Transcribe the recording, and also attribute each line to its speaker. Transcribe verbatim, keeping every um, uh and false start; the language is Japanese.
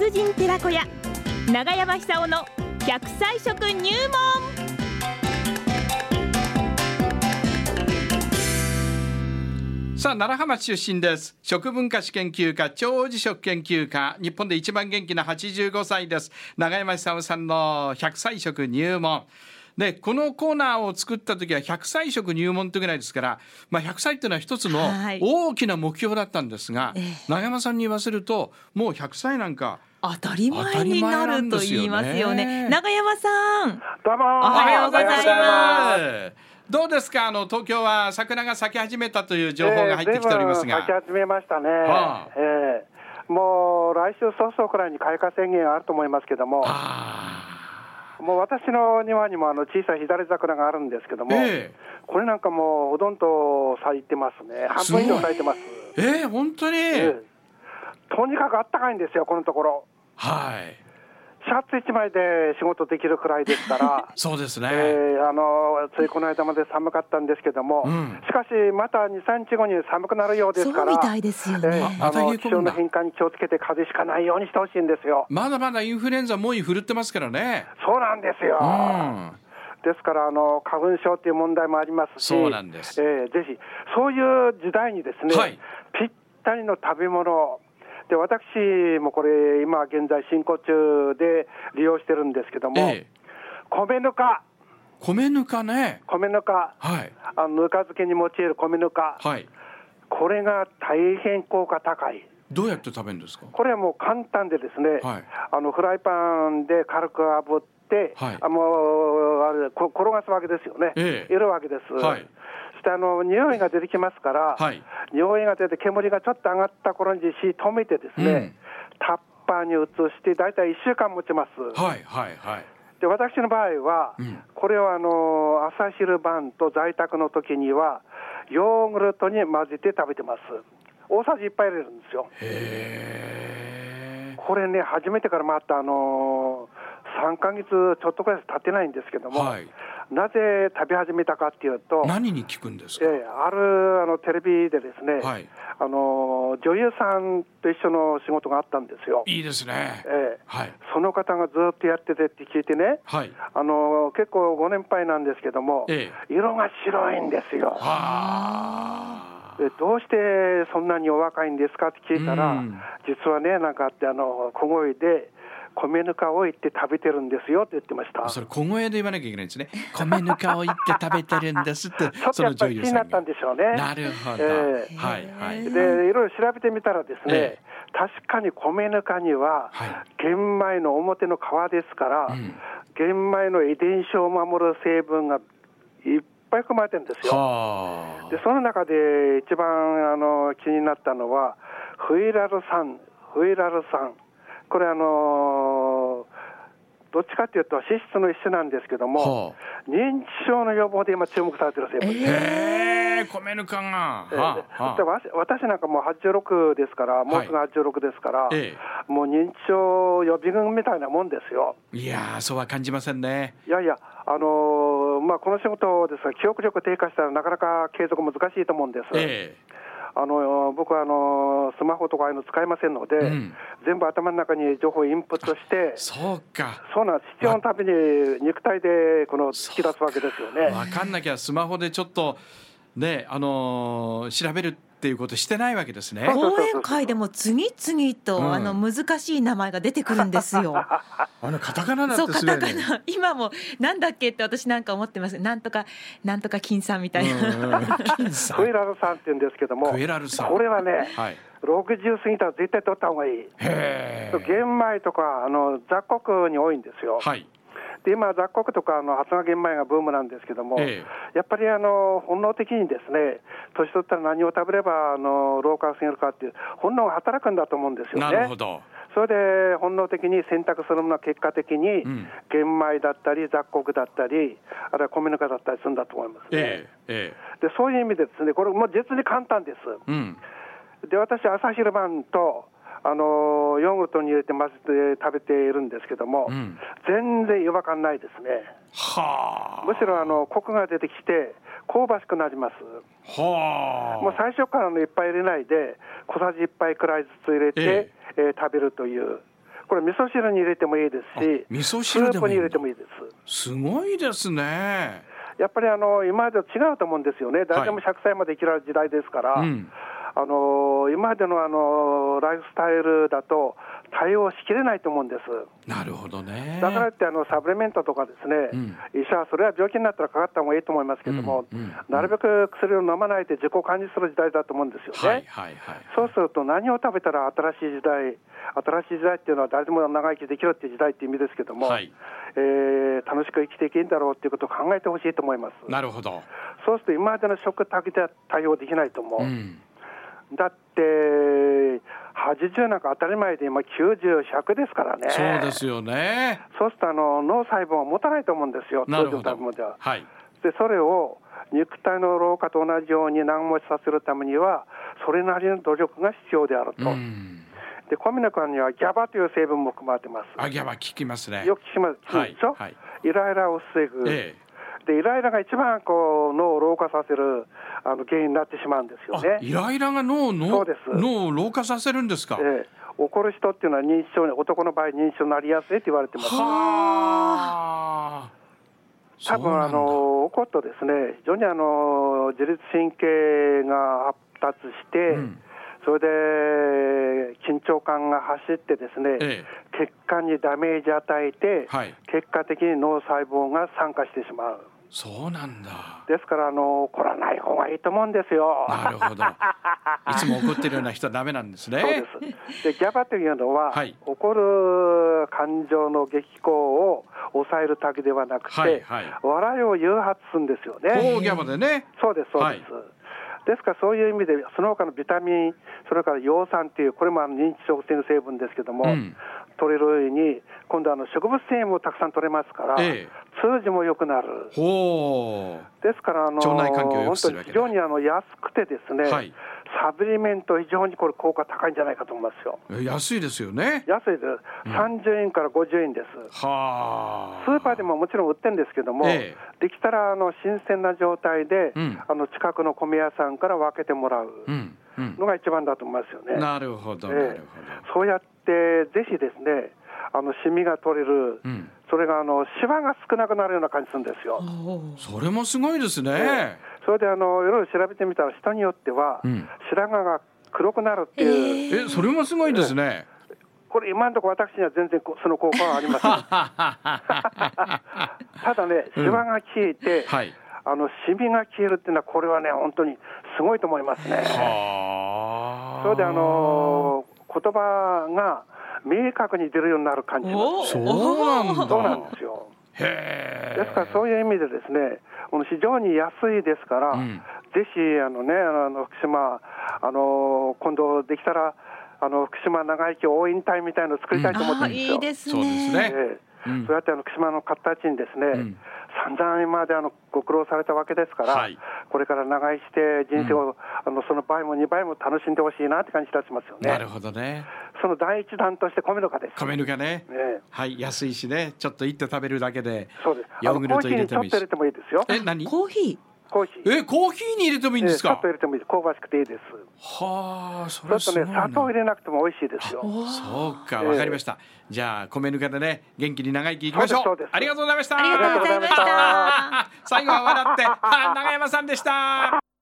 Speaker 1: 達人寺子屋長山久夫のひゃくさい食入門。
Speaker 2: さあ、楢葉町出身です。食文化史研究家、長寿食研究家、日本で一番元気なはちじゅうごさいです。長山久夫さんのひゃくさい食入門で、このコーナーを作った時はひゃくさい食入門というぐらいですから、まあ、ひゃくさいっていうのは一つの大きな目標だったんですが、はい、長山さんに言わせるともうひゃくさいなんか
Speaker 1: 当たり前になると言いますよね。長山さん、
Speaker 3: どうも
Speaker 1: おはようございます。
Speaker 2: どうですか、あの東京は桜が咲き始めたという情報が入ってきておりますが、
Speaker 3: えー、咲き始めましたね、
Speaker 2: はあ
Speaker 3: えー、もう来週早々くらいに開花宣言あると思いますけども、もう私の庭にもあの小さい左桜があるんですけども、えー、これなんかもうほとんど咲いてますね。半分以上咲いてます。
Speaker 2: えー、本当に、え
Speaker 3: ー、とにかくあったかいんですよ、このところ。
Speaker 2: はい、
Speaker 3: シャツいちまいで仕事できるくらいですから
Speaker 2: そうですね、
Speaker 3: えー、あのついこの間まで寒かったんですけども、うん、しかしまた にさんにちごに寒くなるようですから、
Speaker 1: そうみたいですよね、
Speaker 3: えー、あの気象の変化に気をつけて風邪ひかないようにしてほしいんですよ。
Speaker 2: まだまだインフルエンザ猛威振るってますからね。
Speaker 3: そうなんですよ、うん、ですからあの花粉症っていう問題もありますし、
Speaker 2: そうなんです、
Speaker 3: えー、ぜひそういう時代にですね、はい、ぴったりの食べ物で、私もこれ今現在進行中で利用してるんですけども、ええ、米ぬか
Speaker 2: 米ぬかね、
Speaker 3: 米ぬか、はい、あのぬか漬けに用いる米ぬか、はい、これが大変効果高い。
Speaker 2: どうやって食べるんですか。
Speaker 3: これはもう簡単でですね、はい、あのフライパンで軽く炙って、はい、あもうあれこ転がすわけですよね、ええ、いるわけです、はい、そしてあの匂いが出てきますから、はい、匂いが出て煙がちょっと上がった頃に火止めてですね、うん、タッパーに移してだいたいいっしゅうかん持ちます。
Speaker 2: はいはいはい。
Speaker 3: で、私の場合は、うん、これはあの朝昼晩と在宅の時にはヨーグルトに混ぜて食べてます。大さじいっぱい入れるんですよ。
Speaker 2: へー、
Speaker 3: これね、初めてからまたあのー、さんかげつちょっとくらい経ってないんですけども、はい、なぜ食べ始めたかっていうと、
Speaker 2: 何に効くんですか。
Speaker 3: えー、あるあのテレビでですね、はい、あのー、女優さんと一緒の仕事があったんですよ。
Speaker 2: いいですね、
Speaker 3: えーはい、その方がずっとやっててって聞いてね、はい、あのー、結構ご年配なんですけども、えー、色が白いんですよ。はでどうしてそんなにお若いんですかって聞いたら、実はね、なんかあってあの小声で米ぬかをいって食べてるんですよって言ってました。
Speaker 2: それ小声で言わなきゃいけないんですね。米ぬかをいって食べてるんですって
Speaker 3: ちょっとやっぱり気になったんでしょうね。
Speaker 2: なるほど、えーはいはい、
Speaker 3: でいろいろ調べてみたらですね、えー、確かに米ぬかには、はい、玄米の表の皮ですから、うん、玄米の遺伝子を守る成分がいっぱい含まれてるんですよ。でその中で一番あの気になったのはフイラル酸フイラル酸これあのどっちかというと脂質の一種なんですけども、認知症の予防で今注目されている成分です。
Speaker 2: へー、米ぬかが、えーはあはあ、
Speaker 3: 私なんかもうはちじゅうろくですから、もうすぐはちじゅうろくですから、はい、もう認知症予備軍みたいなもんですよ。
Speaker 2: いやそうは感じませんね。
Speaker 3: いやいや、あのーまあ、この仕事ですが記憶力低下したらなかなか継続難しいと思うんです、えーあの僕はあのスマホとかああいうの使いませんので、うん、全部頭の中に情報をインプットして、
Speaker 2: そうか、
Speaker 3: そうなんです。必要のたびに肉体でこの突き出すわけですよね。
Speaker 2: 分かんなきゃスマホでちょっとね、あのー、調べるっていうことしてないわけですね。
Speaker 1: 講演会でも次々と、うん、あの難しい名前が出てくるんですよ。
Speaker 2: あのカタカナだってす
Speaker 1: ごいね。そうカタカナ、今もなんだっけって私なんか思ってます。なんとかなんとか金さんみたいな、うん、
Speaker 3: クエラルさんって言うんですけども、
Speaker 2: クエラルさん、
Speaker 3: これはね、はい、ろくじゅう過ぎたら絶対取った方がいい。
Speaker 2: へー、
Speaker 3: 玄米とかあの雑穀に多いんですよ。はい。で今雑穀とかあの発芽玄米がブームなんですけども、ええ、やっぱりあの本能的にですね、年取ったら何を食べればあの老化を防げるかっていう本能が働くんだと思うんですよね。
Speaker 2: なるほど。
Speaker 3: それで本能的に選択するものは結果的に玄米だったり雑穀だったり、あるいは米ぬかだったりするんだと思いますね。えええ、でそういう意味でですね、これもう実に簡単です、うん、で私朝昼晩とあのヨーグルトに入れて混ぜて食べているんですけども、うん、全然違和感ないですね。はむしろあのコクが出てきて香ばしくなります。はもう最初からのいっぱい入れないで小さじいっぱいくらいずつ入れて、えええー、食べるという、 これ味噌汁に入れてもいいですし、
Speaker 2: 味噌汁でもいいんだ。
Speaker 3: スープに入れてもいいです。
Speaker 2: すごいですね。
Speaker 3: やっぱりあの今までと違うと思うんですよね。誰でもひゃくさいまで生きられる時代ですから、
Speaker 2: うん、
Speaker 3: あの今までのあのライフスタイルだと対応しきれないと思うんです。
Speaker 2: なるほどね。
Speaker 3: だからってあのサプリメントとかですね、うん、医者はそれは病気になったらかかった方がいいと思いますけども、うんうん、なるべく薬を飲まないで自己管理する時代だと思うんですよね、はいはいはい、そうすると何を食べたら新しい時代、新しい時代っていうのは誰でも長生きできるっていう時代っていう意味ですけども、はい、えー、楽しく生きていけるんだろうっていうことを考えてほしいと思います。
Speaker 2: なるほど。
Speaker 3: そうすると今までの食だけでは対応できないと思う、うん、だってはちじゅうなんか当たり前で今きゅうじゅう、ひゃくですからね。
Speaker 2: そうですよね。
Speaker 3: そうするとあの脳細胞は持たないと思うんですよ。
Speaker 2: なるほど。
Speaker 3: 通常では、
Speaker 2: はい、
Speaker 3: でそれを肉体の老化と同じように長持ちさせるためにはそれなりの努力が必要であると。うん、で米の缶にはギャバという成分も含まれてます。
Speaker 2: あ、ギャバ効きますね。
Speaker 3: よく聞きます、はい、でしょ、はい、イライラを防ぐ、ええ、でイライラが一番こう脳を老化させるあの原因になってしまうんですよね。
Speaker 2: イライラが脳のそうです脳を老化させるんですか。
Speaker 3: ええ、怒る人っていうのは認知症に、男の場合認知症になりやすいって言われてます。
Speaker 2: はー、
Speaker 3: 多分あの怒るとですね、非常にあの自律神経が発達して、うん、それで緊張感が走ってですね、ええ、血管にダメージ与えて、はい、結果的に脳細胞が酸化してしまう。
Speaker 2: そうなんだ。
Speaker 3: ですからあの怒らない方がいいと思うんですよ。
Speaker 2: なるほど。いつも怒ってるような人はダメなんですね。
Speaker 3: そうです。でギャバというのは、はい、怒る感情の激高を抑えるだけではなくて、はいはい、笑いを誘発するんですよね。
Speaker 2: こうギャバでね。
Speaker 3: そうですそうです、はい、ですからそういう意味でその他のビタミン、それから葉酸っていうこれもあの認知症を防ぐ成分ですけども、うん、取れる上に今度はあの植物繊維もたくさん取れますから、ええ、通じも良くなる。
Speaker 2: ほう。
Speaker 3: ですからあの
Speaker 2: 腸内環境を良くするわけだ。
Speaker 3: 非常にあの安くてですね、はい、サプリメント非常にこれ効果高いんじゃないかと思いますよ。
Speaker 2: 安いですよね。
Speaker 3: 安いです、うん、さんじゅうえんからごじゅうえんです。
Speaker 2: はあ。
Speaker 3: スーパーでももちろん売ってるんですけども、ええ、できたらあの新鮮な状態で、うん、あの近くの米屋さんから分けてもらうのが一番だと思いますよね、うんうん、
Speaker 2: なるほど、なるほど。
Speaker 3: そうやってぜひですね、あのシミが取れる、うん、それがあのシワが少なくなるような感じするんですよ。
Speaker 2: それもすごいですね、
Speaker 3: えー、それであのいろいろ調べてみたら人によっては、うん、白髪が黒くなるっていう、
Speaker 2: えー、それもすごいですね、
Speaker 3: えー、これ今のところ私には全然その効果はありませんただね、シワが消えて、うん、はい、あのシミが消えるっていうのはこれはね本当にすごいと思いますね。はそれであの言葉が明確に出るようになる感じも、
Speaker 2: そうなんだ。
Speaker 3: そうなんですよ。へですからそういう意味でですね、非常に安いですから、うん、ぜひあのね、あの福島あの今度できたらあの福島長生き応援隊みたいなのを作りたいと思ってるんですよ。
Speaker 1: いいですね。
Speaker 2: そうですね、
Speaker 3: えーうん、そうやってあの福島の方たちにですね、うん、散々今まであのご苦労されたわけですから、はい、これから長生きして人生を、うん、あのその倍もにばいも楽しんでほしいなって感じがしますよね。
Speaker 2: なるほどね。
Speaker 3: その第一弾として米ぬかです。
Speaker 2: 米ぬかね、ね、はい、安いしね、ちょっといって食べるだけで。
Speaker 3: そうです。
Speaker 2: ヨーグルト入れてもいいし。
Speaker 3: コーヒーにちょっと入れてもいいですよ。
Speaker 2: え、何？
Speaker 1: コーヒー。
Speaker 3: コーヒー。
Speaker 2: え、コーヒーに入れてもいいんですか？
Speaker 3: えー、ちょっと入れてもいいです。香ばしくていいです。
Speaker 2: はあ、それすごいな。
Speaker 3: ちょっとね、砂糖入れなくても美味しいですよ。
Speaker 2: そうか、わかりました、えー、じゃあ米ぬかでね、元気に長生きいきましょう。
Speaker 3: そうです、そうです。
Speaker 2: ありがとうございました。
Speaker 1: ありがとうございました。
Speaker 2: 最後は笑って長山さんでした。